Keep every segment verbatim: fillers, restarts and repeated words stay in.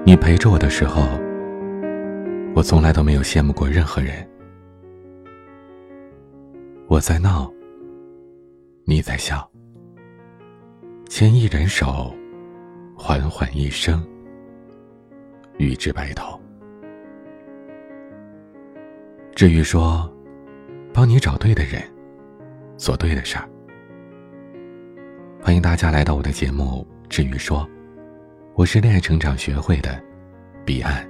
你陪着我的时候，我从来都没有羡慕过任何人。我在闹，你在笑，牵一人手，缓缓一生，与之白头。至于说帮你找对的人，做对的事儿。欢迎大家来到我的节目至于说，我是恋爱成长学会的彼岸。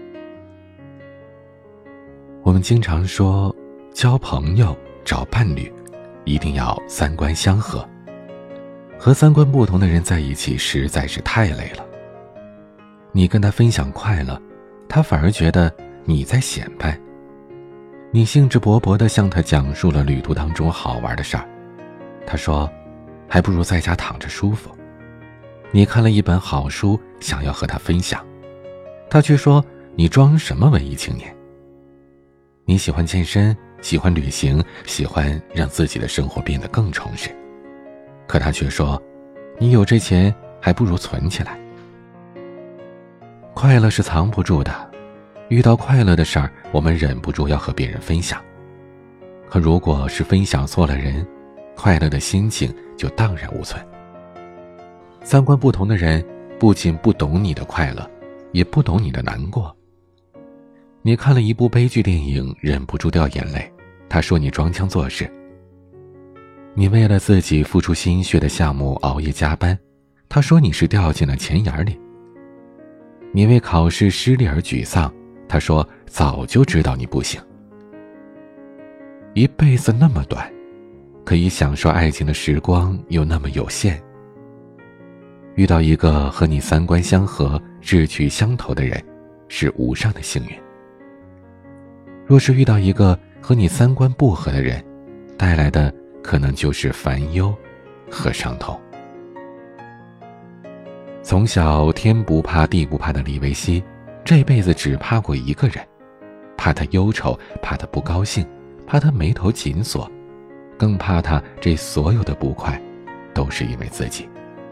我们经常说交朋友找伴侣一定要三观相合，和三观不同的人在一起实在是太累了。你跟他分享快乐，他反而觉得你在显摆。你兴致勃勃地向他讲述了旅途当中好玩的事儿，他说还不如在家躺着舒服。你看了一本好书，想要和他分享，他却说你装什么文艺青年。你喜欢健身，喜欢旅行，喜欢让自己的生活变得更充实，可他却说你有这钱还不如存起来。快乐是藏不住的，遇到快乐的事儿，我们忍不住要和别人分享，可如果是分享错了人，快乐的心情就荡然无存。三观不同的人不仅不懂你的快乐，也不懂你的难过。你看了一部悲剧电影，忍不住掉眼泪，他说你装腔作势。你为了自己付出心血的项目熬夜加班，他说你是掉进了钱眼里。你为考试失利而沮丧，他说早就知道你不行。一辈子那么短，可以享受爱情的时光又那么有限。遇到一个和你三观相合、志趣相投的人，是无上的幸运。若是遇到一个和你三观不合的人，带来的可能就是烦忧和伤痛。从小天不怕地不怕的李维希，这辈子只怕过一个人，怕他忧愁，怕他不高兴，怕他眉头紧锁，更怕他这所有的不快都是因为自己。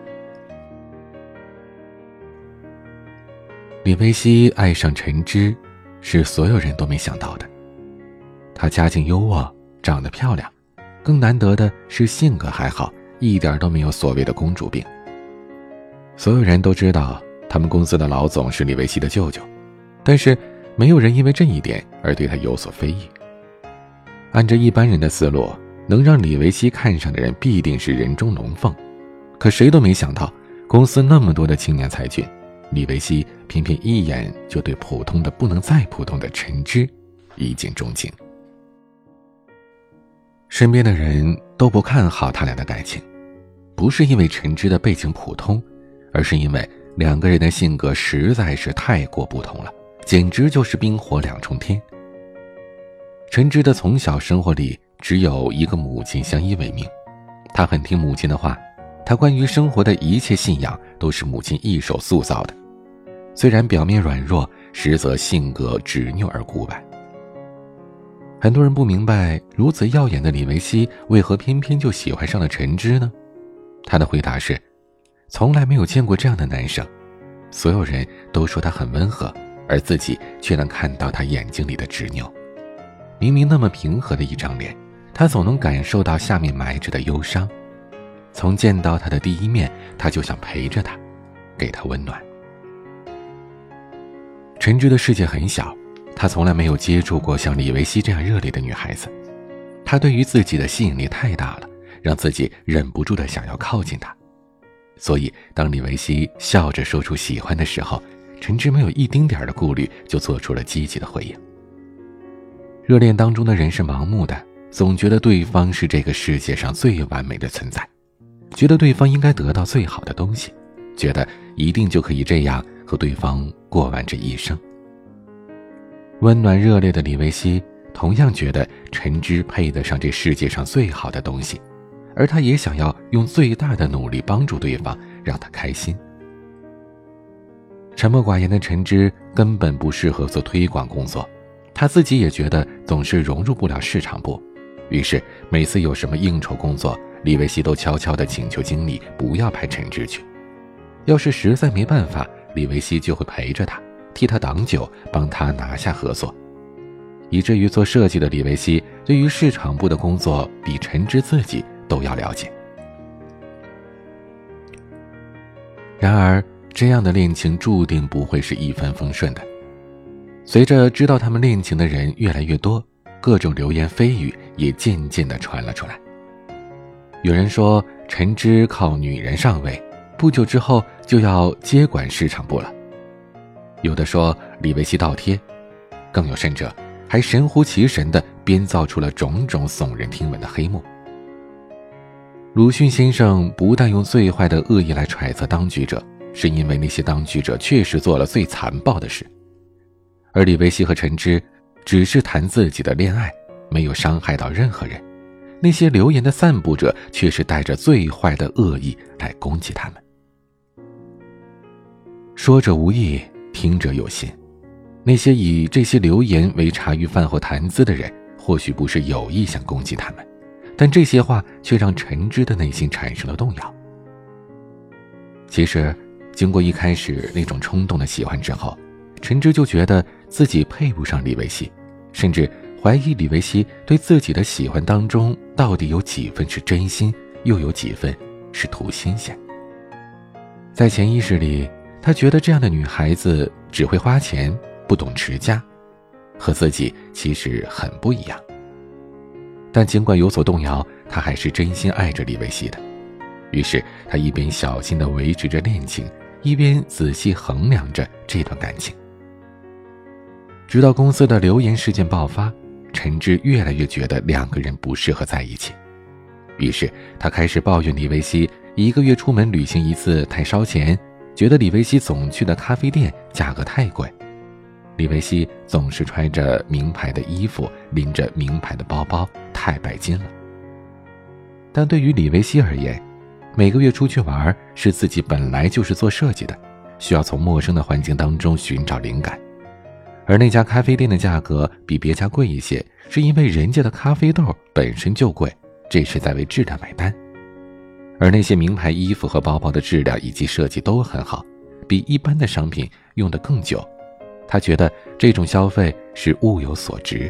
李维希爱上陈芝，是所有人都没想到的。她家境优渥，长得漂亮，更难得的是性格还好，一点都没有所谓的公主病。所有人都知道他们公司的老总是李维希的舅舅，但是没有人因为这一点而对他有所非议。按照一般人的思路，能让李维希看上的人必定是人中龙凤，可谁都没想到，公司那么多的青年才俊，李维希偏偏一眼就对普通的不能再普通的陈芝一见钟情。身边的人都不看好他俩的感情，不是因为陈芝的背景普通，而是因为两个人的性格实在是太过不同了，简直就是冰火两重天。陈芝的从小生活里只有一个母亲相依为命，她很听母亲的话，她关于生活的一切信仰都是母亲一手塑造的，虽然表面软弱，实则性格执拗而古板。很多人不明白，如此耀眼的李维希为何偏偏就喜欢上了陈芝呢？他的回答是，从来没有见过这样的男生，所有人都说他很温和，而自己却能看到他眼睛里的执拗。明明那么平和的一张脸，他总能感受到下面埋着的忧伤。从见到他的第一面，他就想陪着他，给他温暖。陈芝的世界很小，他从来没有接触过像李维希这样热烈的女孩子，他对于自己的吸引力太大了，让自己忍不住的想要靠近他。所以当李维希笑着说出喜欢的时候，陈芝没有一丁点的顾虑，就做出了积极的回应。热恋当中的人是盲目的，总觉得对方是这个世界上最完美的存在，觉得对方应该得到最好的东西，觉得一定就可以这样和对方过完这一生。温暖热烈的李维希同样觉得陈芝配得上这世界上最好的东西，而他也想要用最大的努力帮助对方，让他开心。沉默寡言的陈芝根本不适合做推广工作，他自己也觉得总是融入不了市场部，于是每次有什么应酬工作，李维希都悄悄地请求经理不要派陈芝去。要是实在没办法， 李维希就会陪着他，替他挡酒，帮他拿下合作，以至于做设计的李维希对于市场部的工作比陈芝自己都要了解。然而，这样的恋情注定不会是一帆风顺的。随着知道他们恋情的人越来越多，各种流言蜚语也渐渐地传了出来。有人说陈芝靠女人上位，不久之后就要接管市场部了。有的说李维希倒贴，更有甚者还神乎其神地编造出了种种耸人听闻的黑幕。鲁迅先生不但用最坏的恶意来揣测当局者，是因为那些当局者确实做了最残暴的事，而李维希和陈芝只是谈自己的恋爱，没有伤害到任何人，那些流言的散布者却是带着最坏的恶意来攻击他们。说者无意，听者有心，那些以这些流言为茶余饭后谈资的人，或许不是有意想攻击他们，但这些话却让陈芝的内心产生了动摇。其实经过一开始那种冲动的喜欢之后，陈芝就觉得自己配不上李维希，甚至怀疑李维希对自己的喜欢当中到底有几分是真心，又有几分是图新鲜。在潜意识里，他觉得这样的女孩子只会花钱，不懂持家，和自己其实很不一样。但尽管有所动摇，他还是真心爱着李维希的。于是他一边小心地维持着恋情，一边仔细衡量着这段感情。直到公司的流言事件爆发，陈芝越来越觉得两个人不适合在一起，于是他开始抱怨李维希一个月出门旅行一次太烧钱，觉得李维希总去的咖啡店价格太贵，李维希总是穿着名牌的衣服，拎着名牌的包包，太拜金了。但对于李维希而言，每个月出去玩是自己本来就是做设计的，需要从陌生的环境当中寻找灵感，而那家咖啡店的价格比别家贵一些，是因为人家的咖啡豆本身就贵，这是在为质量买单。而那些名牌衣服和包包的质量以及设计都很好，比一般的商品用得更久，他觉得这种消费是物有所值。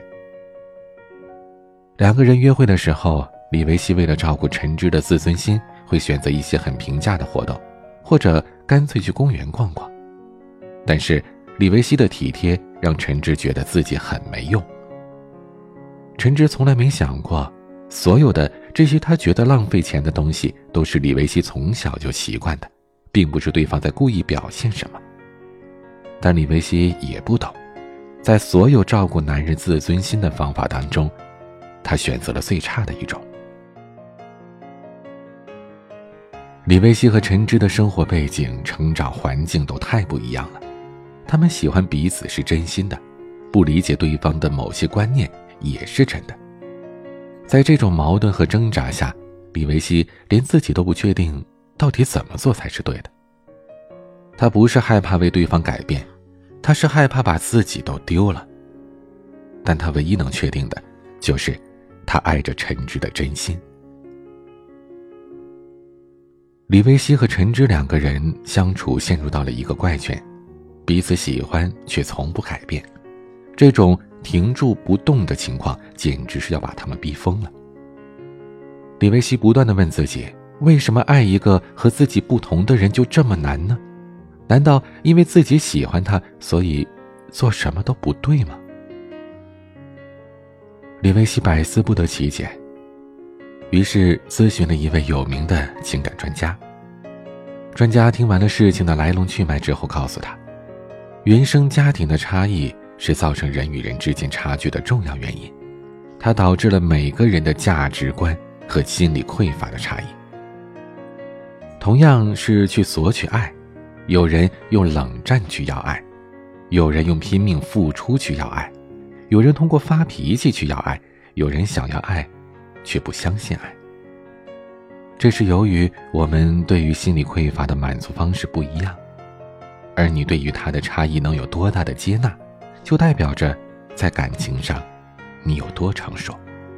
两个人约会的时候，李维希为了照顾陈芝的自尊心，会选择一些很平价的活动，或者干脆去公园逛逛。但是李维希的体贴让陈芝觉得自己很没用。陈芝从来没想过，所有的这些他觉得浪费钱的东西都是李维希从小就习惯的，并不是对方在故意表现什么。但李维希也不懂，在所有照顾男人自尊心的方法当中，他选择了最差的一种。李维希和陈芝的生活背景、成长环境都太不一样了，他们喜欢彼此是真心的，不理解对方的某些观念也是真的。在这种矛盾和挣扎下，李维希连自己都不确定到底怎么做才是对的。他不是害怕为对方改变，他是害怕把自己都丢了。但他唯一能确定的就是他爱着陈芝的真心。李维希和陈芝两个人相处陷入到了一个怪圈，彼此喜欢却从不改变，这种停住不动的情况简直是要把他们逼疯了。李维希不断地问自己，为什么爱一个和自己不同的人就这么难呢？难道因为自己喜欢他，所以做什么都不对吗？李维希百思不得其解，于是咨询了一位有名的情感专家。专家听完了事情的来龙去脉之后告诉他，原生家庭的差异是造成人与人之间差距的重要原因，它导致了每个人的价值观和心理匮乏的差异。同样是去索取爱，有人用冷战去要爱，有人用拼命付出去要爱，有人通过发脾气去要爱，有人想要爱却不相信爱。这是由于我们对于心理匮乏的满足方式不一样，而你对于他的差异能有多大的接纳，就代表着在感情上你有多成熟。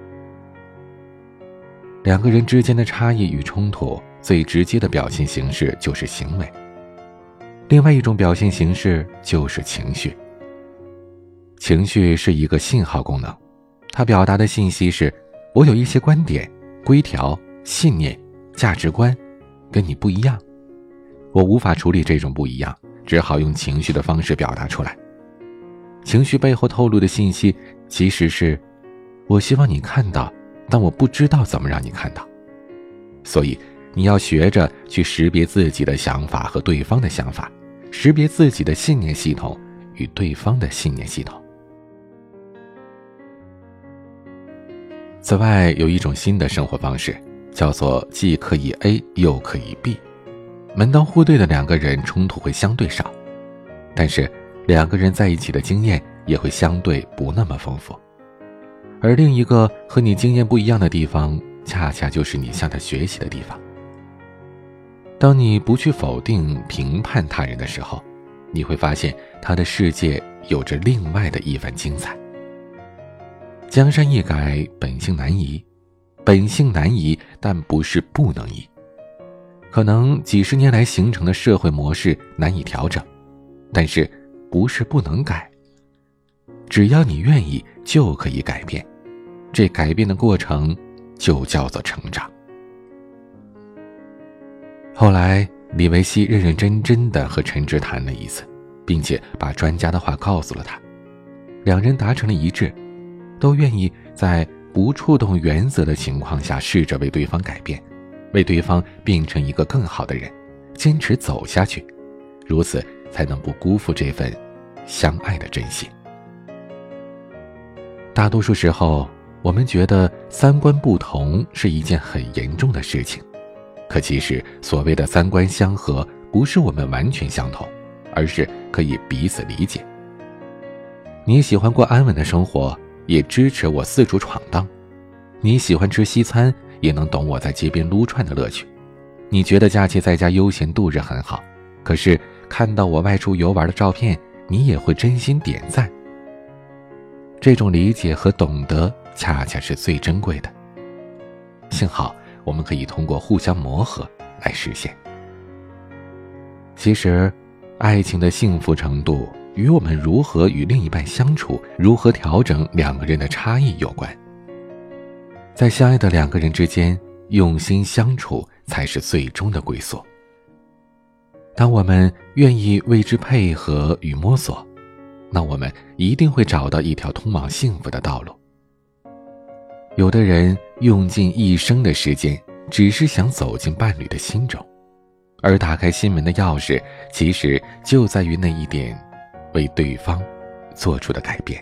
两个人之间的差异与冲突最直接的表现形式就是行为。 另外一种表现形式就是情绪。情绪是一个信号功能，它表达的信息是我有一些观点、规条、信念、价值观跟你不一样，我无法处理这种不一样，只好用情绪的方式表达出来。情绪背后透露的信息其实是我希望你看到，但我不知道怎么让你看到。所以你要学着去识别自己的想法和对方的想法，识别自己的信念系统与对方的信念系统。此外，有一种新的生活方式，叫做既可以 A 又可以 B。 门当户对的两个人冲突会相对少，但是两个人在一起的经验也会相对不那么丰富。而另一个和你经验不一样的地方，恰恰就是你向他学习的地方。当你不去否定、评判他人的时候，你会发现他的世界有着另外的一番精彩。江山易改，本性难移。本性难移，但不是不能移。可能几十年来形成的社会模式难以调整，但是不是不能改。只要你愿意，就可以改变。这改变的过程就叫做成长。后来李维希认认真真地和陈芝谈了一次，并且把专家的话告诉了他。两人达成了一致，都愿意在不触动原则的情况下试着为对方改变，为对方变成一个更好的人，坚持走下去，如此才能不辜负这份相爱的真心。大多数时候，我们觉得三观不同是一件很严重的事情，可其实所谓的三观相合，不是我们完全相同，而是可以彼此理解。你喜欢过安稳的生活，也支持我四处闯荡。你喜欢吃西餐，也能懂我在街边撸串的乐趣。你觉得假期在家悠闲度日很好，可是看到我外出游玩的照片，你也会真心点赞。这种理解和懂得恰恰是最珍贵的，幸好我们可以通过互相磨合来实现。其实爱情的幸福程度与我们如何与另一半相处，如何调整两个人的差异有关。在相爱的两个人之间，用心相处才是最终的归宿。当我们愿意为之配合与摸索，那我们一定会找到一条通往幸福的道路。有的人用尽一生的时间，只是想走进伴侣的心中，而打开心门的钥匙，其实就在于那一点为对方做出的改变。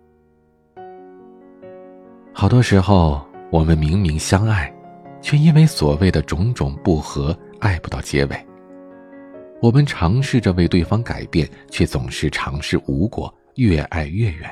好多时候，我们明明相爱，却因为所谓的种种不合，爱不到结尾。我们尝试着为对方改变，却总是尝试无果，越爱越远。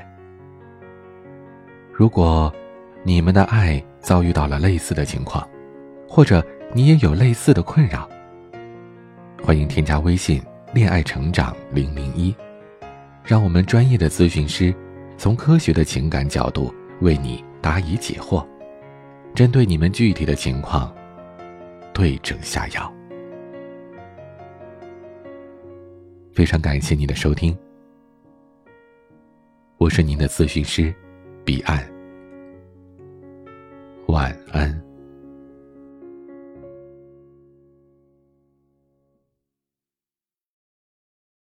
如果你们的爱遭遇到了类似的情况，或者你也有类似的困扰，欢迎添加微信恋爱成长零零一，让我们专业的咨询师从科学的情感角度为你答疑解惑，针对你们具体的情况对症下药。非常感谢您的收听，我是您的咨询师彼岸，晚安。